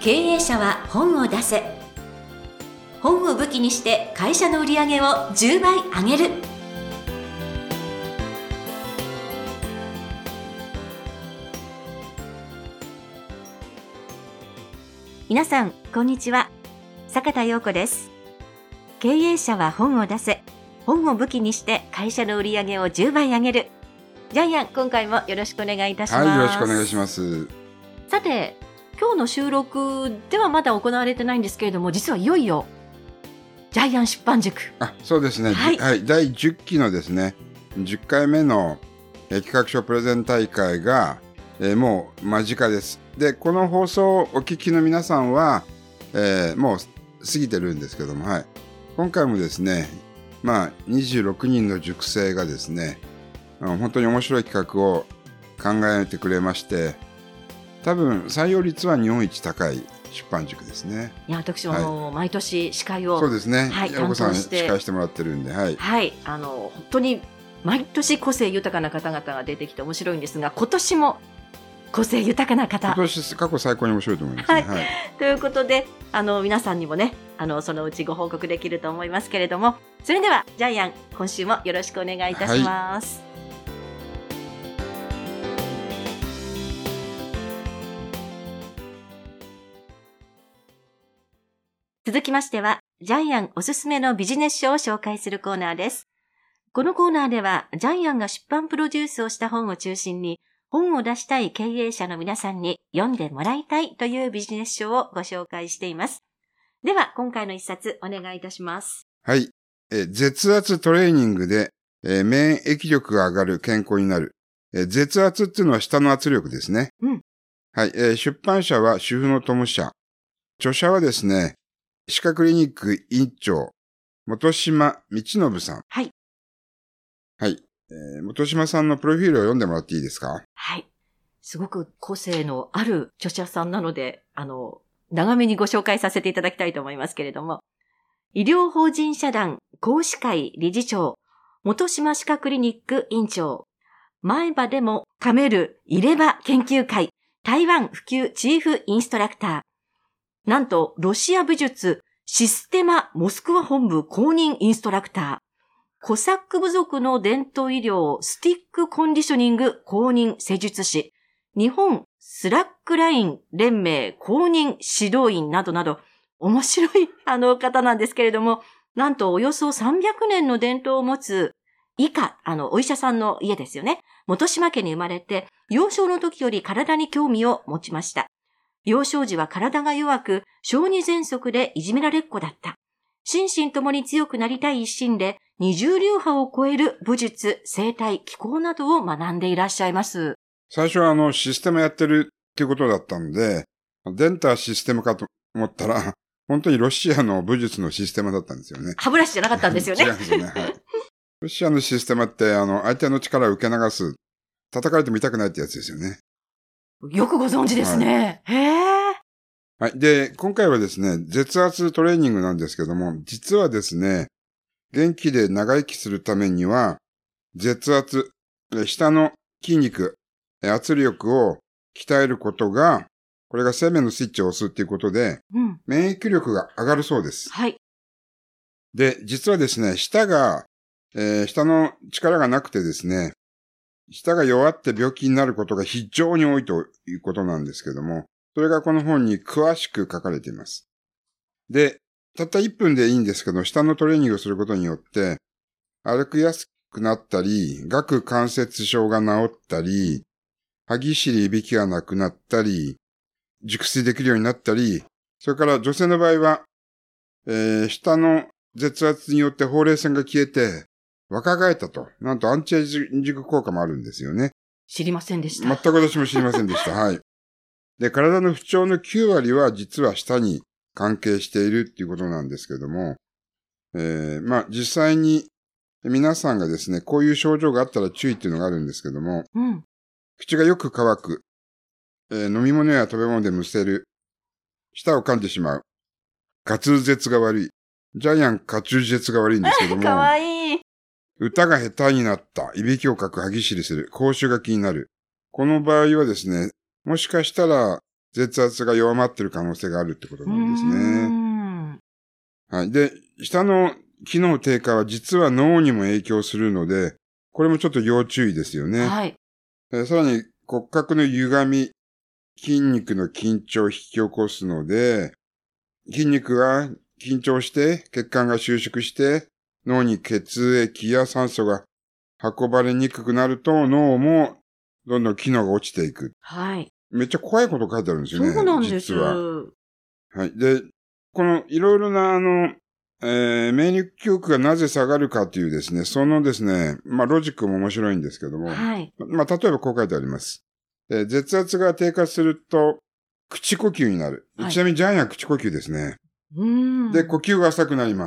経営者は本を出せ。本を武器にして会社の売り上げを10倍上げる。皆さんこんにちは、坂田陽子です。経営者は本を出せ。本を武器にして会社の売り上げを10倍上げる。ジャイアン、今回もよろしくお願いいたします。 はい、よろしくお願いします。 さて、今日の収録ではまだ行われてないんですけれども、実はいよいよジャイアン出版塾。 そうですね、はい、第10期のですね、10回目の企画書プレゼン大会が、もう間近です。で、この放送をお聞きの皆さんは、もう過ぎてるんですけども、今回もですね、26人の塾生がですね、本当に面白い企画を考えてくれまして、多分採用率は日本一高い出版塾ですね。 いや、私も毎年司会を、 そうですね、 担当して、 司会してもらってるんで、 本当に毎年個性豊かな方々が出てきて面白いんですが、今年も個性豊かな方、 今年過去最高に面白いと思いますね。 ということで、皆さんにもね、そのうちご報告できると思いますけれども、それではジャイアン、今週もよろしくお願いいたします。続きましては、ジャイアンおすすめのビジネス書を紹介するコーナーです。このコーナーでは、ジャイアンが出版プロデュースをした本を中心に、本を出したい経営者の皆さんに読んでもらいたいというビジネス書をご紹介しています。では、今回の一冊お願いいたします。 はい。絶圧トレーニングで、免疫力が上がる、健康になる。絶圧っていうのは下の圧力ですね。はい。出版社は主婦の友社。著者はですね、歯科クリニック院長、本島道信さん。 はい。 はい。本島さんのプロフィールを読んでもらっていいですか？ はい。すごく個性のある著者さんなので、長めにご紹介させていただきたいと思いますけれども、医療法人社団講師会理事長、本島歯科クリニック院長、前歯でも噛める入れ歯研究会、台湾普及チーフインストラクター、なんとロシア武術システマモスクワ本部公認インストラクター、コサック部族の伝統医療スティックコンディショニング公認施術師、日本スラックライン連盟公認指導員などなど、面白い方なんですけれども、なんとおよそ300年の伝統を持つ医家、お医者さんの家ですよね。本島家に生まれて、幼少の時より体に興味を持ちました。幼少時は体が弱く、小児喘息でいじめられっ子だった。心身ともに強くなりたい一心で、20流派を超える武術、生態、気功などを学んでいらっしゃいます。 最初はシステムやってるっていうことだったんで、デンターシステムかと思ったら、本当にロシアの武術のシステムだったんですよね。 歯ブラシじゃなかったんですよね。 違うんですよね。ロシアのシステムって相手の力を受け流す、叩かれても痛くないってやつですよね。 よくご存知ですね。へー。 はい。で、今回はですね、絶圧トレーニングなんですけども、実はですね、元気で長生きするためには、絶圧、下の筋肉、圧力を鍛えることが、これが生命のスイッチを押すっていうことで、免疫力が上がるそうです。 はい。 で、実はですね、舌の力がなくてですね、舌が弱って病気になることが非常に多いということなんですけども、それがこの本に詳しく書かれています。で、たった1分でいいんですけど、舌のトレーニングをすることによって、歩きやすくなったり、顎関節症が治ったり、歯ぎしりいびきがなくなったり、熟睡できるようになったり、それから女性の場合は、舌の絶圧によってほうれい線が消えて、若返ったと。なんとアンチエイジング効果もあるんですよね。 知りませんでした。 全く私も知りませんでした。はい。で、体の不調の9割は実は舌に関係しているっていうことなんですけども、実際に皆さんがですね、こういう症状があったら注意っていうのがあるんですけども、口がよく乾く、飲み物や食べ物でむせる、舌を噛んでしまう、滑舌が悪い、ジャイアン滑舌が悪いんですけども、 かわいい。 歌が下手になった、いびきをかく、歯ぎしりする、口臭が気になる。この場合はですね、もしかしたら血圧が弱まっている可能性があるってことなんですね。はい。で、下の機能低下は実は脳にも影響するので、これもちょっと要注意ですよね。 はい。 さらに骨格の歪み、筋肉の緊張を引き起こすので、筋肉が緊張して血管が収縮して脳に血液や酸素が運ばれにくくなると脳もどんどん機能が落ちていく。 はい。 めっちゃ怖いこと書いてあるんですよね。 そうなんです。 実は。はい。で、このいろいろな免疫力がなぜ下がるかというですね、そのですね、ロジックも面白いんですけども、 はい。 例えばこう書いてあります。血圧が低下すると、口呼吸になる。 はい、 ちなみにジャイアンは口呼吸ですね。で、呼吸が浅くなります。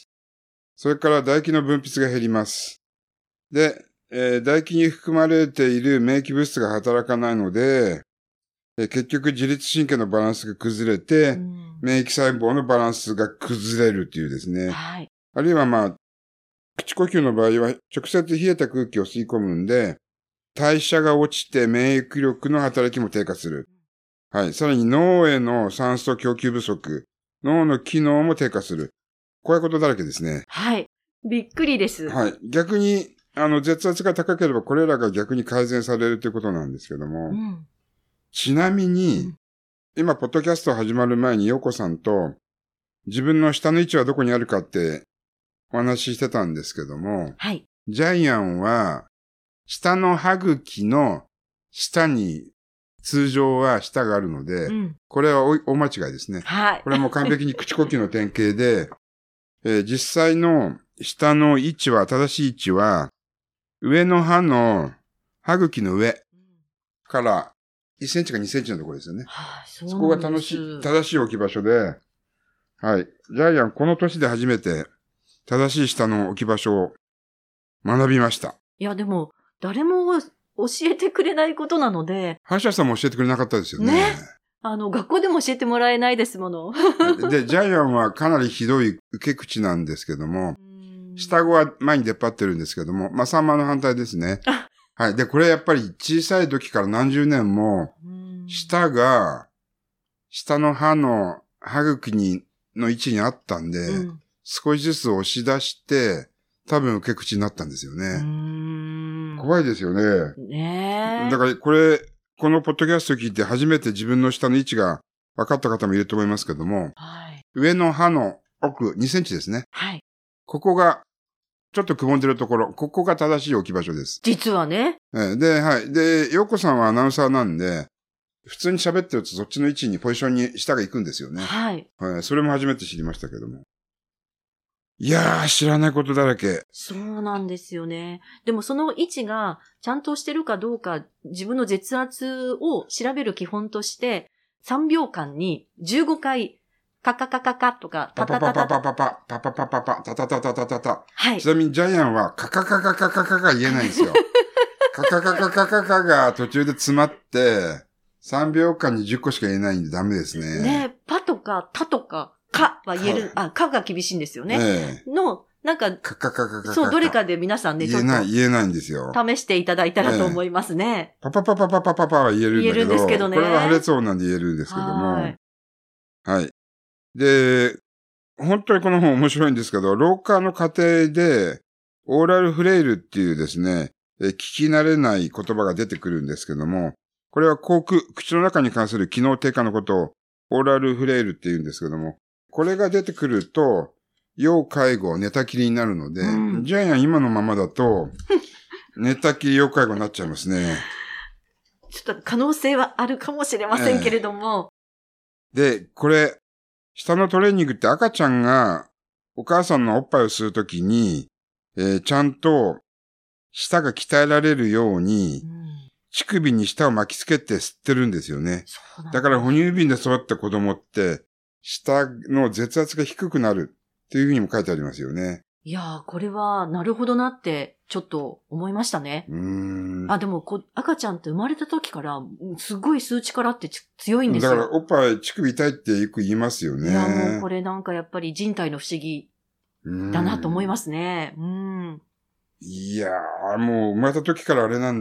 それから唾液の分泌が減ります。で、唾液に含まれている免疫物質が働かないので、結局自律神経のバランスが崩れて、免疫細胞のバランスが崩れるっていうですね。 はい。 あるいは口呼吸の場合は直接冷えた空気を吸い込むんで、代謝が落ちて免疫力の働きも低下する。はい。さらに脳への酸素供給不足、脳の機能も低下する。こういうことだらけですね。 はい。びっくりです。 はい。逆に、血圧が高ければこれらが逆に改善されるということなんですけども。ちなみに、今、ポッドキャスト始まる前に、ヨコさんと、自分の下の位置はどこにあるかってお話ししてたんですけども、 はい。 ジャイアンは、下の歯茎の下に、通常は舌があるので、これは大間違いですね。 はい。 これはもう完璧に口呼吸の典型で、実際の下の位置は、正しい位置は、上の歯の歯茎の上から1センチか2センチのところですよね。そこが正しい置き場所で、はい。ジャイアン、この年で初めて正しい下の置き場所を学びました。 いや、でも、誰も教えてくれないことなので。 歯医者さんも教えてくれなかったですよね。 ね。学校でも教えてもらえないですもの。 で、ジャイアンはかなりひどい受け口なんですけども、下顎は前に出っ張ってるんですけども、3番の反対ですね。はい。で、これやっぱり小さい時から何十年も、下の歯の歯茎の位置にあったんで、少しずつ押し出して、多分受け口になったんですよね。怖いですよね。 ねえ。 だからこのポッドキャストを聞いて初めて自分の下の位置が分かった方もいると思いますけども、はい、上の歯の奥2センチですね。はい。ここが、ちょっとくぼんでるところ、ここが正しい置き場所です。 実はね。 で、はい。で、ヨコさんはアナウンサーなんで、普通に喋ってるとそっちの位置にポジションに舌が行くんですよね。はい。はい。それも初めて知りましたけども。いやー、知らないことだらけ。 そうなんですよね。でもその位置がちゃんとしてるかどうか、自分の血圧を調べる基本として、3秒間に15回、カカカカカとか、 タタタタタタタタタタタタタタタタタタタ。はい。ちなみにジャイアンはカカカカカカカが言えないんですよ。カカカカカカカが途中で詰まって、3秒間に10個しか言えないんでダメですね。 ね、パとかタとか。かは言える、カが厳しいんですよね。なんか、そう、どれかで皆さんね、ちょっと。 言えないんですよ。 試していただいたらと思いますね。 パパパパパパパパは言えるんだけど。 言えるんですけどね。 これは破裂音なんで言えるんですけども。はい。で、本当にこの本面白いんですけど、老化の過程で、オーラルフレイルっていうですね、聞き慣れない言葉が出てくるんですけども、これは口の中に関する機能低下のことを、オーラルフレイルって言うんですけども、これが出てくると、要介護、寝たきりになるので、ジャイアン今のままだと、寝たきり要介護になっちゃいますね。 ちょっと可能性はあるかもしれませんけれども。 で、これ、下のトレーニングって赤ちゃんがお母さんのおっぱいを吸うときに、ちゃんと舌が鍛えられるように、乳首に舌を巻きつけて吸ってるんですよね。だから哺乳瓶で育った子供って、舌の血圧が低くなるっていうふうにも書いてありますよね。 いやー、これはなるほどなってちょっと思いましたね。でも赤ちゃんって生まれた時からすごい吸う力って強いんですよ。 だからおっぱい乳首痛いってよく言いますよね。 いや、もうこれなんかやっぱり人体の不思議だなと思いますね。 いやー、もう生まれた時からあれなんだ。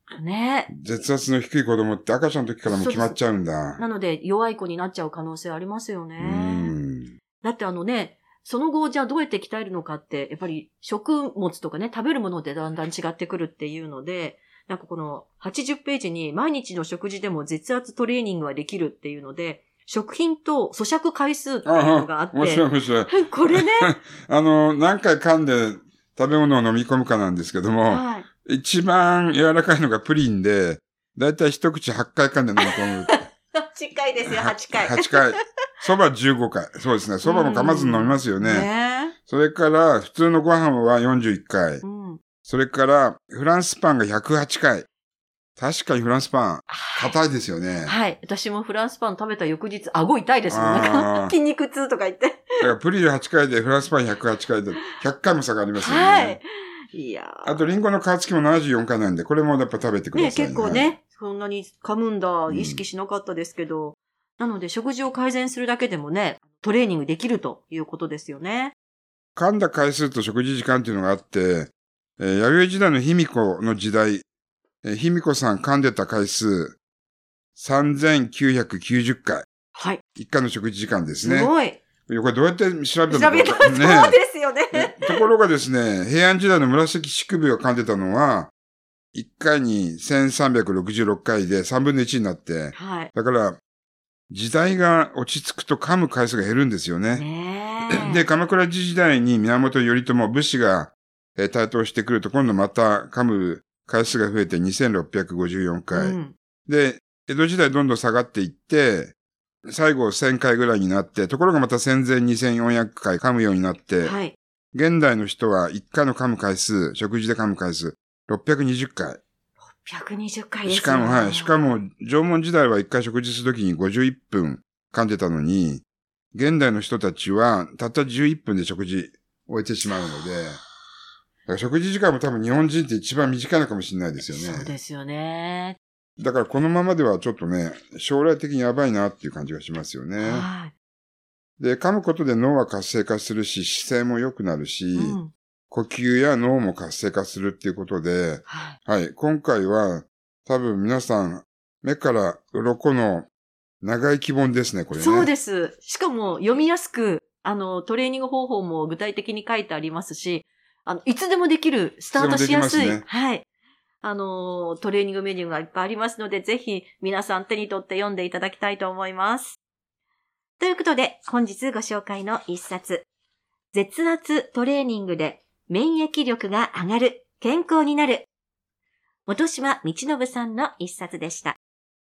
ね。 血圧の低い子供って赤ちゃんの時からも決まっちゃうんだ。 なので、弱い子になっちゃう可能性ありますよね。だってその後、じゃあどうやって鍛えるのかって、やっぱり食物とかね、食べるものでだんだん違ってくるっていうので、なんかこの80ページに毎日の食事でも血圧トレーニングはできるっていうので、食品と咀嚼回数っていうのがあって。 面白い面白い。 これね。 何回噛んで食べ物を飲み込むかなんですけども、はい、一番柔らかいのがプリンで、だいたい一口8回噛んで飲み込む。 8回ですよ、8回。 8回。蕎麦15回。そうですね。蕎麦も噛まずに飲みますよね。それから、普通のご飯は41回。それから、フランスパンが108回。確かにフランスパン、硬いですよね。 はい。私もフランスパン食べた翌日、顎痛いですもん。筋肉痛とか言って。だからプリン8回でフランスパン108回で、100回も差がありますよね。 はい。いやあと、リンゴの皮付きも74回なんで、これもやっぱ食べてくださいね。 結構ね、そんなに噛むんだ、意識しなかったですけど。なので、食事を改善するだけでもね、トレーニングできるということですよね。 噛んだ回数と食事時間っていうのがあって、弥生時代の卑弥呼の時代、卑弥呼さん噛んでた回数、3990回。 はい。 1回の食事時間ですね。 すごい。 これどうやって調べたのか。 そうですよね。 ところがですね、平安時代の紫式部を噛んでたのは、1回に1366回で3分の1になって、 はい。 だから、時代が落ち着くと噛む回数が減るんですよね。で、鎌倉時代に源頼朝、武士が台頭してくると、今度また噛む回数が増えて2654回。で、江戸時代どんどん下がっていって、最後1000回ぐらいになって、ところがまた戦前2400回噛むようになって、はい、現代の人は1回の噛む回数、食事で噛む回数、620回。 620回ですね。 しかも、縄文時代は1回食事するときに51分噛んでたのに、現代の人たちはたった11分で食事終えてしまうので、だから食事時間も多分日本人って一番短いのかもしれないですよね。 そうですよね。 だからこのままではちょっとね、将来的にやばいなっていう感じがしますよね。 はい。 で、噛むことで脳は活性化するし、姿勢も良くなるし、呼吸や脳も活性化するっていうことで、はい。今回は多分皆さん、目から鱗の長い希望ですね、これね。 そうです。しかも読みやすく、トレーニング方法も具体的に書いてありますし、いつでもできる、スタートしやすい。ね、はい。トレーニングメニューがいっぱいありますので、ぜひ皆さん手に取って読んでいただきたいと思います。ということで、本日ご紹介の一冊。血圧トレーニングで免疫力が上がる、健康になる。本島道信さんの一冊でした。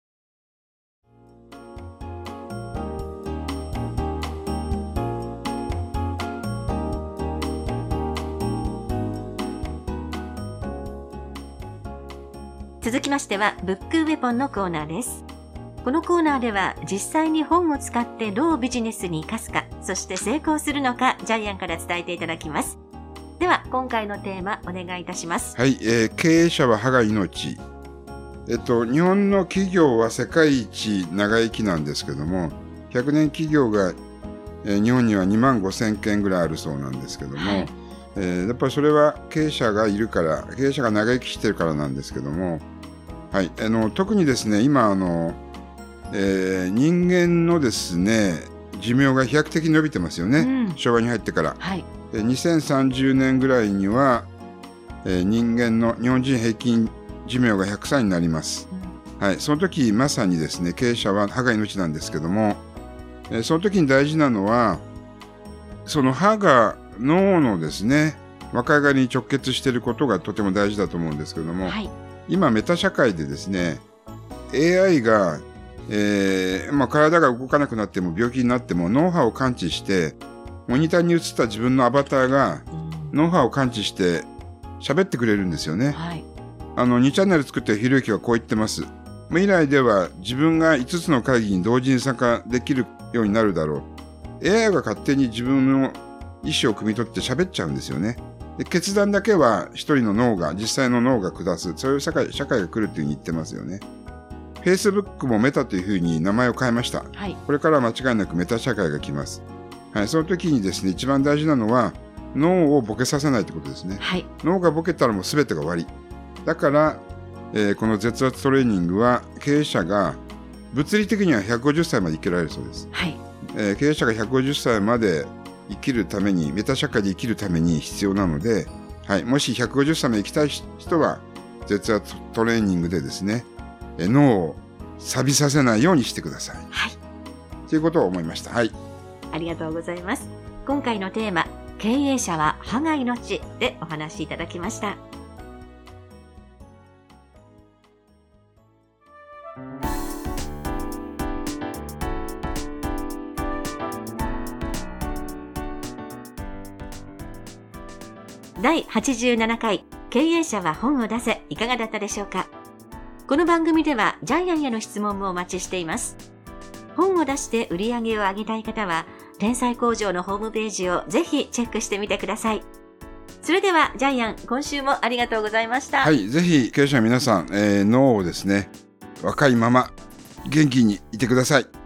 続きましては、ブックウェポンのコーナーです。このコーナーでは、実際に本を使ってどうビジネスに生かすか、そして成功するのか、ジャイアンから伝えていただきます。では、今回のテーマ、お願いいたします。 はい、経営者は歯が命。日本の企業は世界一長生きなんですけども、100年企業が、日本には25,000件ぐらいあるそうなんですけども、はい、やっぱりそれは経営者がいるから、経営者が長生きしてるからなんですけども、はい、特にですね、今人間のですね、寿命が飛躍的に伸びてますよね。昭和に入ってから。 はい、 2030年ぐらいには、人間の日本人平均寿命が100歳になります。はい、その時まさにですね、経営者は歯が命なんですけども、その時に大事なのは、その歯が脳のですね、若返りに直結していることがとても大事だと思うんですけども、はい、今メタ社会でですね、AI が、体が動かなくなっても病気になっても脳波を感知して、モニターに映った自分のアバターが脳波を感知して喋ってくれるんですよね。 はい、 2チャンネル作ってひろゆきはこう言ってます。未来では自分が5つの会議に同時に参加できるようになるだろう。AI が勝手に自分の意思を汲み取って喋っちゃうんですよね。で、決断だけは一人の脳が、実際の脳が下す。そういう社会が来るっていうふうに言ってますよね。Facebook もメタというふうに名前を変えました。 はい、 これからは間違いなくメタ社会が来ます。はい、その時にですね、一番大事なのは脳をボケさせないということですね。 はい、 脳がボケたらもう全てが終わり。だからこの絶圧トレーニングは経営者が物理的には150歳まで生きられるそうです。 はい。 経営者が150歳まで生きるために、メタ社会で生きるために必要なので、はい、もし150歳まで生きたい人は絶圧トレーニングでですね、脳を錆びさせないようにしてください。 はい。 ということを思いました。はい。 ありがとうございます。今回のテーマ、経営者は歯が命でお話しいただきました。第87回経営者は本を出せ、いかがだったでしょうか。この番組ではジャイアンへの質問もお待ちしています。本を出して売り上げを上げたい方は天才工場のホームページをぜひチェックしてみてください。それではジャイアン、今週もありがとうございました。 はい、ぜひ経営者の皆さん、脳をですね、若いまま元気にいてください。